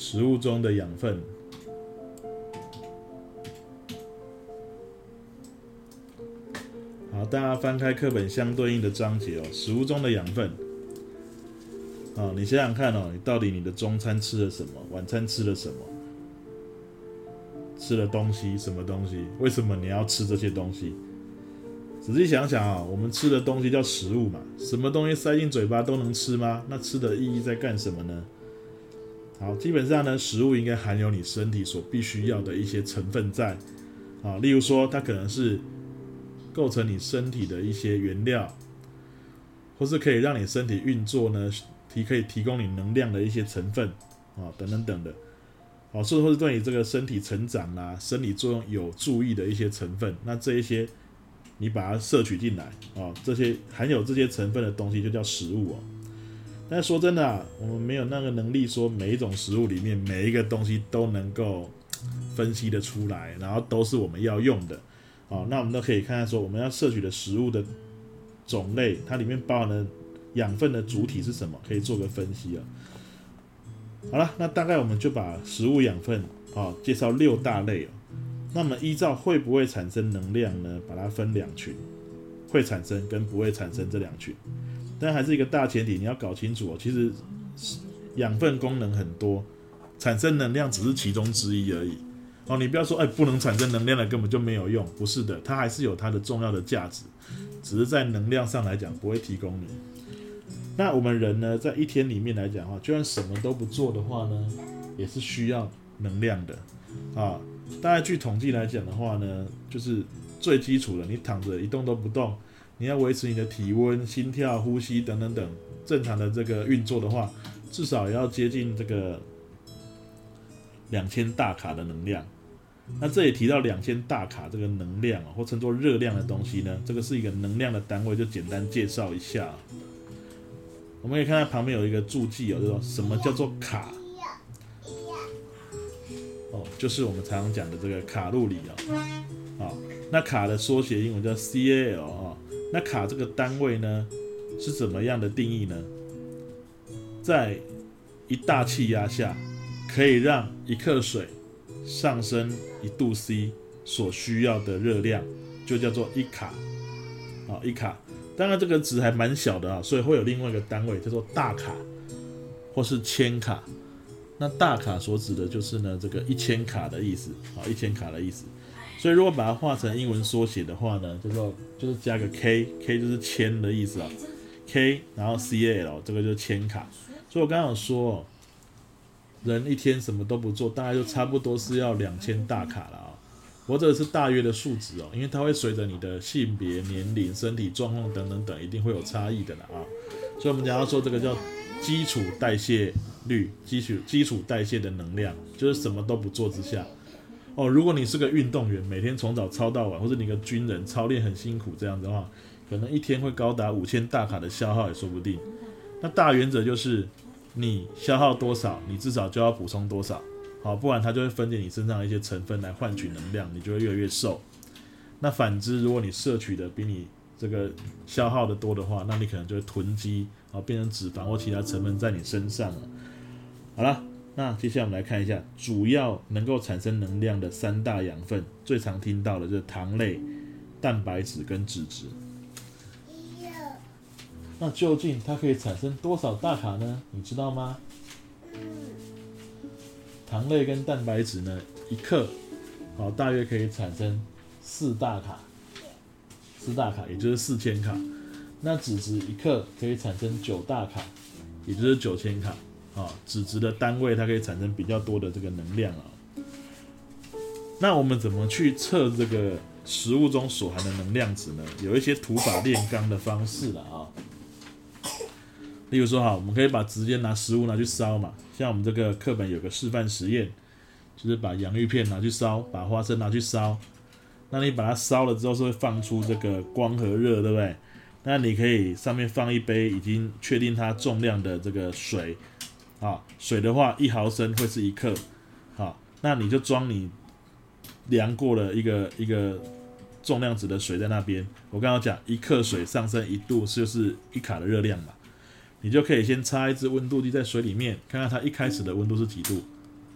食物中的养分。好，大家翻开课本相对应的章节哦，食物中的养分。你想想看哦，你的中餐吃了什么？晚餐吃了什么？吃了东西，什么东西？为什么你要吃这些东西？仔细想想啊，我们吃的东西叫食物嘛，什么东西塞进嘴巴都能吃吗？那吃的意义在干什么呢？好，基本上呢，食物应该含有你身体所必须要的一些成分在。例如说，它可能是构成你身体的一些原料，或是可以让你身体运作呢，可以提供你能量的一些成分等等等的。或是对你这个身体成长生理作用有注意的一些成分，那这一些你把它摄取进来这些含有这些成分的东西就叫食物但是说真的我们没有那个能力说每一种食物里面每一个东西都能够分析得出来，然后都是我们要用的那我们都可以看看说我们要摄取的食物的种类，它里面包含的养分的主体是什么，可以做个分析好了，那大概我们就把食物养分介绍6大类那么依照会不会产生能量呢，把它分2群，会产生跟不会产生这2群。但还是一个大前提，你要搞清楚其实养分功能很多，产生能量只是其中之一而已你不要说不能产生能量的根本就没有用，不是的，它还是有它的重要的价值，只是在能量上来讲不会提供你。那我们人呢，在一天里面来讲就算什么都不做的话呢，也是需要能量的大概据统计来讲的话呢，就是最基础的，你躺着一动都不动，你要维持你的体温、心跳、呼吸等等等正常的这个运作的话，至少也要接近这个2000大卡的能量。那这里提到2000大卡这个能量或称作热量的东西呢，这个是一个能量的单位，就简单介绍一下我们可以看到旁边有一个注记就说什么叫做卡就是我们常常讲的这个卡路里那卡的缩写英文叫 CAL 那卡这个单位呢是怎么样的定义呢？在一大气压下，可以让1克水上升1度 C 所需要的热量，就叫做1卡1卡。当然这个值还蛮小的所以会有另外一个单位叫做大卡或是千卡。那大卡所指的就是呢这个1000卡的意思1000卡的意思。所以如果把它画成英文缩写的话呢，就是加个 K 就是千的意思K 然后 CAL 这个就是千卡。所以我刚刚有说人一天什么都不做，大概就差不多是要2000大卡了不过这个是大约的数值因为它会随着你的性别、年龄、身体状况等等等，一定会有差异的啦所以我们讲到说这个叫基础代谢率，基础代谢的能量，就是什么都不做之下如果你是个运动员，每天从早操到晚，或者你个军人操练很辛苦这样子的话，可能一天会高达5000大卡的消耗也说不定。那大原则就是你消耗多少，你至少就要补充多少不然它就会分解你身上的一些成分来换取能量，你就会越来越瘦。那反之，如果你摄取的比你这个消耗的多的话，那你可能就会囤积变成脂肪或其他成分在你身上了。好了，那接下来我们来看一下主要能够产生能量的3大养分，最常听到的就是糖类、蛋白质跟脂质。那究竟它可以产生多少大卡呢？你知道吗？糖类跟蛋白质呢，1克大约可以产生4大卡也就是4000卡。那脂质1克可以产生9大卡，也就是9000卡脂质的单位它可以产生比较多的这个能量那我们怎么去测这个食物中所含的能量值呢？有一些土法炼钢的方式了例如说我们可以直接拿食物拿去烧嘛，像我们这个课本有个示范实验，就是把洋芋片拿去烧，把花生拿去烧。那你把它烧了之后是会放出这个光和热，对不对？那你可以上面放一杯已经确定它重量的这个水水的话1毫升会是1克那你就装你量过了一个重量值的水在那边。我刚刚讲1克水上升1度就是1卡的热量嘛，你就可以先插一支温度计在水里面，看看它一开始的温度是几度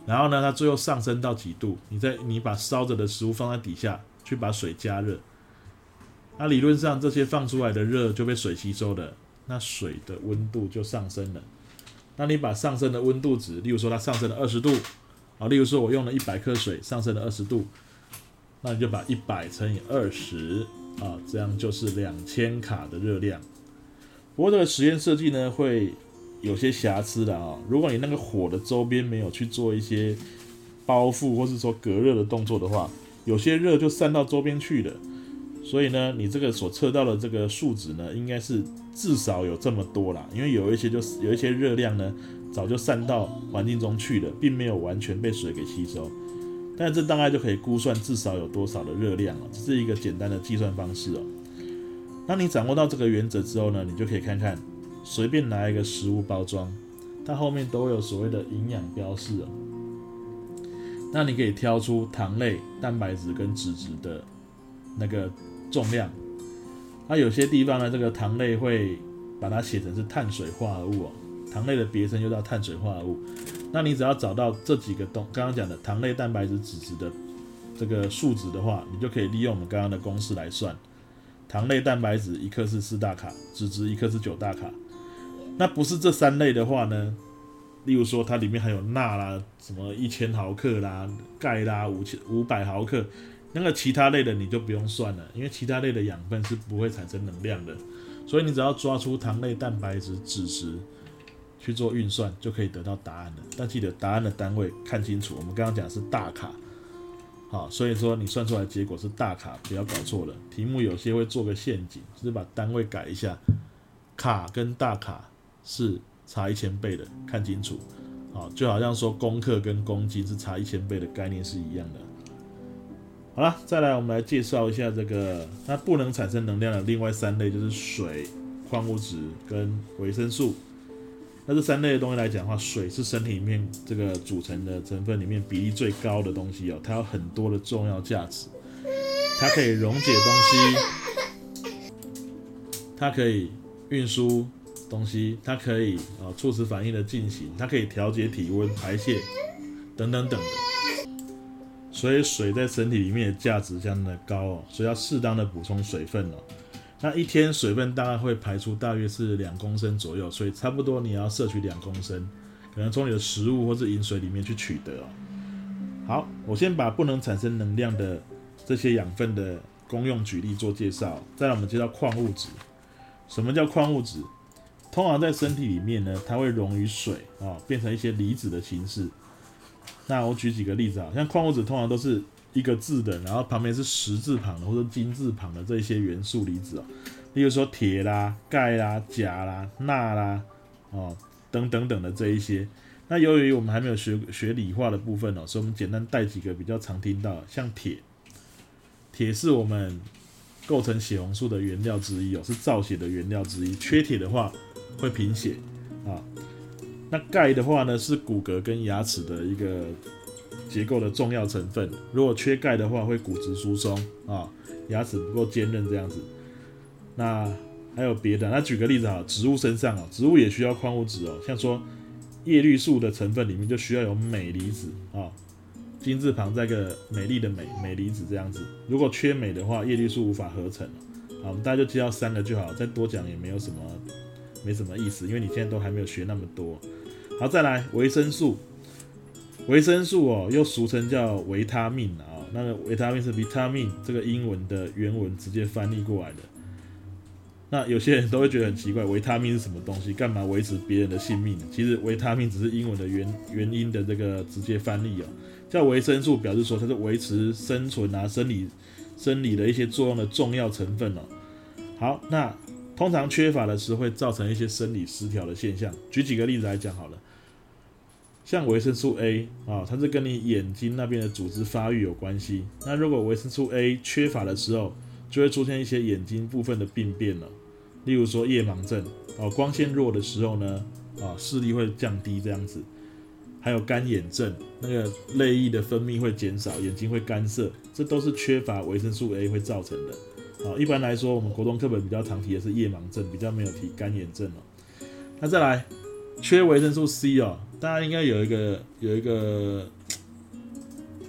然后呢，它最后上升到几度，你把烧着的食物放在底下，去把水加热，那理论上这些放出来的热就被水吸收了，那水的温度就上升了。那你把上升的温度值，例如说它上升了20度，例如说我用了100克水上升了20度，那你就把100乘以20，这样就是2000卡的热量。不过这个实验设计呢会有些瑕疵的如果你那个火的周边没有去做一些包覆或是说隔热的动作的话，有些热就散到周边去了。所以呢，你这个所测到的这个数值呢，应该是至少有这么多啦，因为有一些热量呢，早就散到环境中去了，并没有完全被水给吸收。但这大概就可以估算至少有多少的热量这是一个简单的计算方式那你掌握到这个原则之后呢，你就可以看看，随便拿一个食物包装，它后面都有所谓的营养标示那你可以挑出糖类、蛋白质跟脂质的那个重量。那有些地方呢，这个糖类会把它写成是碳水化合物糖类的别称就叫碳水化合物。那你只要找到这几个刚刚讲的糖类、蛋白质、脂质的这个数值的话，你就可以利用我们刚刚的公式来算。糖类、蛋白质1克是4大卡，脂质1克是9大卡。那不是这3类的话呢，例如说它里面还有钠啦，什么1000毫克啦，钙啦500毫克，那个其他类的你就不用算了，因为其他类的养分是不会产生能量的。所以你只要抓出糖类、蛋白质、脂质去做运算，就可以得到答案了。但记得答案的单位看清楚，我们刚刚讲的是大卡。好，所以说你算出来的结果是大卡，不要搞错了。题目有些会做个陷阱，就是把单位改一下，卡跟大卡是差1000倍的，看清楚。好，就好像说公克跟公斤是差1000倍的概念是一样的。好了，再来我们来介绍一下这个那不能产生能量的另外3类，就是水、矿物质跟维生素。那这3类的东西来讲的话，水是身体里面这个组成的成分里面比例最高的东西它有很多的重要价值。它可以溶解东西，它可以运输东西，它可以促使反应的进行，它可以调节体温、排泄等等等的。所以水在身体里面的价值相当的高所以要适当的补充水分那一天水分大概会排出大约是2公升左右，所以差不多你要摄取2公升，可能从你的食物或是饮水里面去取得好，我先把不能产生能量的这些养分的功用举例做介绍，再来我们介绍矿物质。什么叫矿物质？通常在身体里面呢，它会溶于水变成一些离子的形式。那我举几个例子像矿物质通常都是一个字的，然后旁边是10字旁的或者金字旁的这些元素离子例如说铁啦、钙啦、钾啦、钠啦等等等的这一些。那由于我们还没有学理化的部分所以我们简单带几个比较常听到像铁。铁是我们构成血红素的原料之一是造血的原料之一，缺铁的话会贫血那钙的话呢，是骨骼跟牙齿的一个结构的重要成分，如果缺钙的话会骨质疏松牙齿不够坚韧这样子。那还有别的，那举个例子植物身上植物也需要矿物质像说叶绿素的成分里面就需要有镁离子金字旁再个美丽的镁离子这样子。如果缺镁的话，叶绿素无法合成我们大家就知道3个就好，再多讲也没什么意思，因为你现在都还没有学那么多。好，再来维生素。维生素又俗称叫维他命那个维他命是 vitamin 这个英文的原文直接翻译过来的。那有些人都会觉得很奇怪，维他命是什么东西？干嘛维持别人的性命呢？其实维他命只是英文的原音的这个直接翻译叫维生素，表示说它是维持生存生理的一些作用的重要成分好，那通常缺乏的时候会造成一些生理失调的现象。举几个例子来讲好了，像维生素 A 它是跟你眼睛那边的组织发育有关系。那如果维生素 A 缺乏的时候，就会出现一些眼睛部分的病变例如说夜盲症光线弱的时候呢视力会降低这样子。还有干眼症，那个泪液的分泌会减少，眼睛会干涩，这都是缺乏维生素 A 会造成的一般来说我们国中课本比较常提的是夜盲症，比较没有提干眼症那再来缺维生素 C大家应该有一个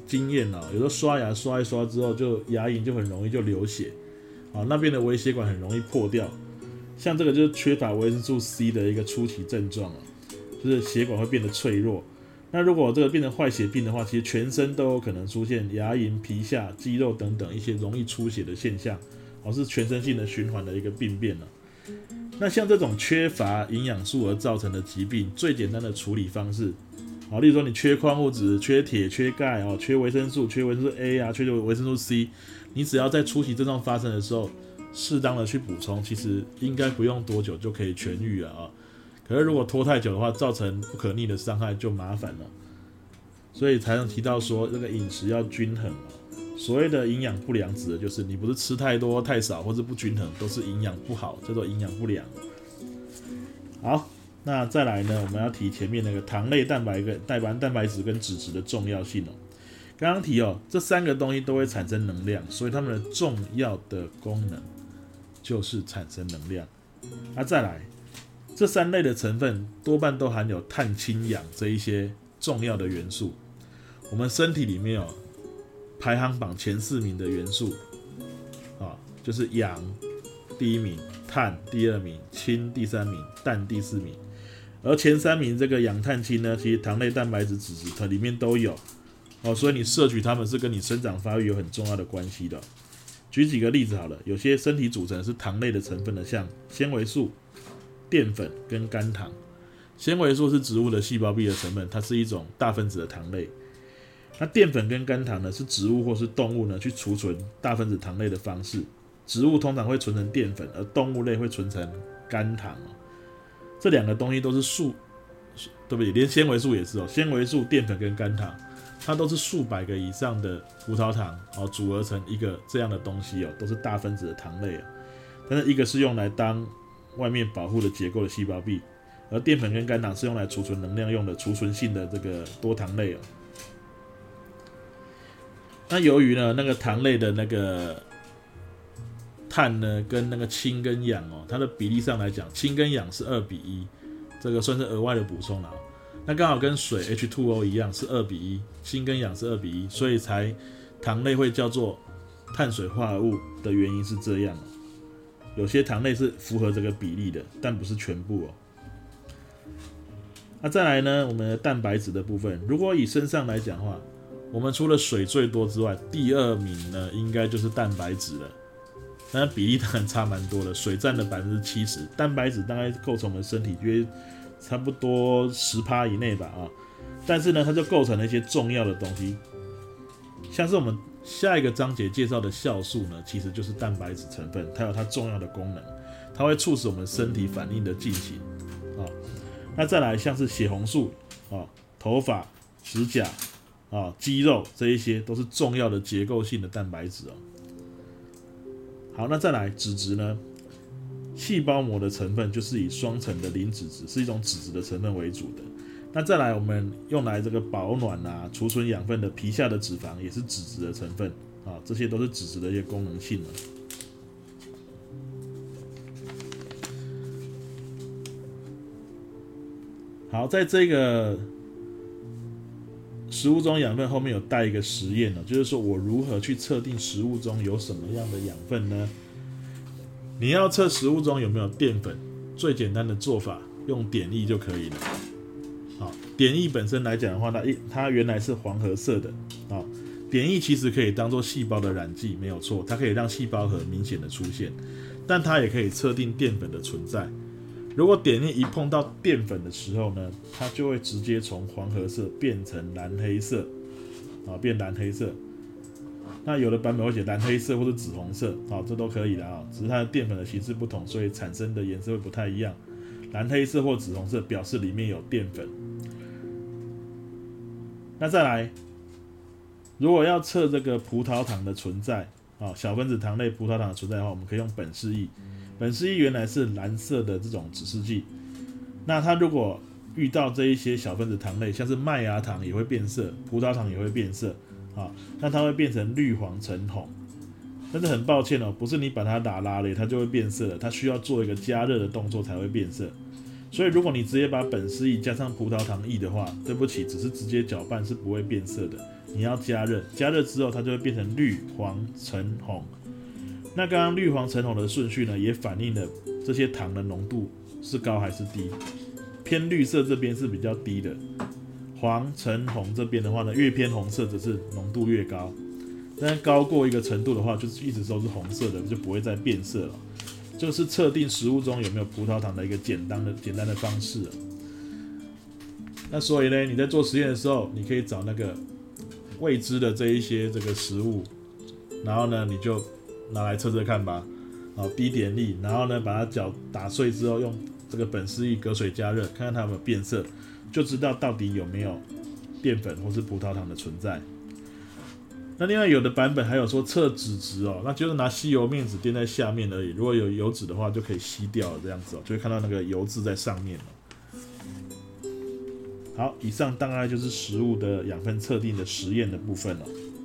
经验有时候刷牙刷一刷之后，就牙龈就很容易就流血，那边的微血管很容易破掉。像这个就是缺乏维生素 C 的一个初期症状，就是血管会变得脆弱。那如果这个变成坏血病的话，其实全身都有可能出现牙龈、皮下、肌肉等等一些容易出血的现象，是全身性的循环的一个病变。那像这种缺乏营养素而造成的疾病，最简单的处理方式，例如说你缺矿物质、缺铁、缺钙、缺维生素、缺维生素 A 啊、缺维生素 C， 你只要在初期症状发生的时候，适当的去补充，其实应该不用多久就可以痊愈了可是如果拖太久的话，造成不可逆的伤害就麻烦了。所以才能提到说，这个饮食要均衡。所谓的营养不良，指的就是你不是吃太多、太少，或是不均衡，都是营养不好，叫做营养不良。好，那再来呢，我们要提前面那个糖类、蛋白质跟脂质的重要性刚刚提这3个东西都会产生能量，所以它们的重要的功能就是产生能量。再来，这3类的成分多半都含有碳、氢、氧这一些重要的元素。我们身体里面排行榜前4名的元素就是氧第1名，碳第2名，氢第3名，氮第4名。而前3名这个氧、碳、氢呢，其实糖类、蛋白质、脂质它里面都有所以你摄取它们是跟你生长发育有很重要的关系的。举几个例子好了，有些身体组成是糖类的成分的，像纤维素、淀粉跟甘糖。纤维素是植物的细胞壁的成分，它是一种大分子的糖类。那淀粉跟甘糖呢，是植物或是动物呢去储存大分子糖类的方式。植物通常会存成淀粉，而动物类会存成甘糖这2个东西都是对不对？连纤维素也是纤维素、淀粉跟甘糖，它都是数百个以上的葡萄糖组合成一个这样的东西都是大分子的糖类但是一个是用来当外面保护的结构的细胞壁，而淀粉跟甘糖是用来储存能量用的储存性的这个多糖类那由于呢那个糖类的那个碳呢跟那个氢跟氧它的比例上来讲，氢跟氧是2:1，这个算是额外的补充了那刚好跟水 H2O 一样是2:1，氢跟氧是2:1，所以才糖类会叫做碳水化合物的原因是这样有些糖类是符合这个比例的，但不是全部那再来呢，我们的蛋白质的部分，如果以身上来讲的话，我们除了水最多之外，第2名呢应该就是蛋白质了。那比例当然差蛮多的，水占了70%，蛋白质大概构成我们身体约差不多10%以内吧但是呢，它就构成了一些重要的东西，像是我们下一个章节介绍的酵素呢，其实就是蛋白质成分，它有它重要的功能，它会促使我们身体反应的进行那再来像是血红素头发、指甲肌肉这一些都是重要的结构性的蛋白质好，那再来脂质呢？细胞膜的成分就是以双层的磷脂质，是一种脂质的成分为主的。那再来我们用来这个保暖储存养分的皮下的脂肪也是脂质的成分这些都是脂质的一些功能性好，在这个食物中养分后面有带一个实验就是说我如何去测定食物中有什么样的养分呢？你要测食物中有没有淀粉，最简单的做法用碘液就可以了。好，碘液本身来讲的话，它原来是黄褐色的碘液其实可以当作细胞的染剂，没有错，它可以让细胞核明显的出现，但它也可以测定淀粉的存在。如果碘液一碰到淀粉的时候呢，它就会直接从黄褐色变成蓝黑色变蓝黑色。那有的版本会写蓝黑色或者紫红色这都可以的只是它的淀粉的形式不同，所以产生的颜色会不太一样。蓝黑色或紫红色表示里面有淀粉。那再来，如果要测这个葡萄糖的存在小分子糖类葡萄糖的存在的话，我们可以用苯式液。苯式液原来是蓝色的这种指示剂，那它如果遇到这一些小分子糖类，像是麦芽糖也会变色，葡萄糖也会变色那它会变成绿黄橙红。但是很抱歉不是你把它打拉嘞它就会变色了，它需要做一个加热的动作才会变色。 所以如果你直接把苯丝液加上葡萄糖液的话，对不起，只是直接搅拌是不会变色的，你要加热，加热之后它就会变成绿、黄、橙、红。那刚刚绿、黄、橙、红的顺序呢，也反映了这些糖的浓度是高还是低。偏绿色这边是比较低的，黄、橙、红这边的话呢，越偏红色则是浓度越高。但高过一个程度的话，就是一直都是红色的，就不会再变色了。这个是测定食物中有没有葡萄糖的一个简单的方式。那所以呢，你在做实验的时候，你可以找那个未知的这一些这个食物，然后呢，你就拿来测测看吧。好，滴点力，然后呢，把它打碎之后，用这个苯丝液隔水加热，看看它有没有变色，就知道到底有没有淀粉或是葡萄糖的存在。那另外有的版本还有说测脂质哦，那就是拿吸油面纸垫在下面而已，如果有油脂的话就可以吸掉了，这样子哦，就会看到那个油渍在上面了。好，以上大概就是食物的养分测定的实验的部分了。